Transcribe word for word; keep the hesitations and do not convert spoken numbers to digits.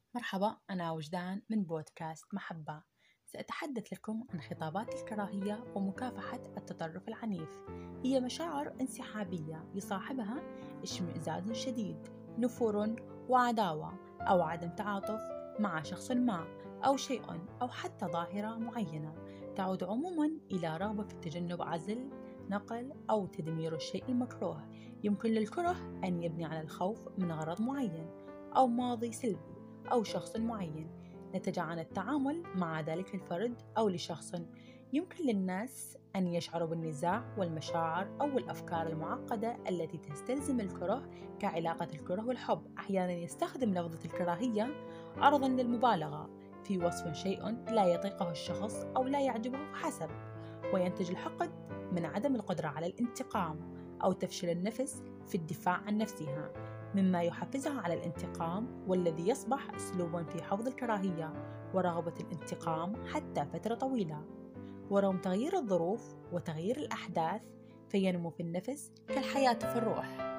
مرحبا، أنا وجدان من بودكاست محبة. سأتحدث لكم عن خطابات الكراهية ومكافحة التطرف العنيف. هي مشاعر انسحابية يصاحبها اشمئزاز شديد، نفور وعداوة أو عدم تعاطف مع شخص ما أو شيء أو حتى ظاهرة معينة، تعود عموما إلى رغبة في تجنب عزل، نقل أو تدمير الشيء المكروه. يمكن للكره أن يبني على الخوف من غرض معين أو ماضي سلبي أو شخص معين، نتج عن التعامل مع ذلك الفرد أو لشخص. يمكن للناس أن يشعروا بالنزاع والمشاعر أو الأفكار المعقدة التي تستلزم الكره، كعلاقة الكره والحب. أحيانا يستخدم لفظة الكراهية عرضا للمبالغة في وصف شيء لا يطيقه الشخص أو لا يعجبه فحسب، وينتج الحقد من عدم القدرة على الانتقام أو تفشل النفس في الدفاع عن نفسها، مما يحفزها على الانتقام، والذي يصبح أسلوبا في حفظ الكراهية ورغبة الانتقام حتى فترة طويلة. ورغم تغيير الظروف وتغيير الأحداث، فينمو في النفس كالحياة في الروح.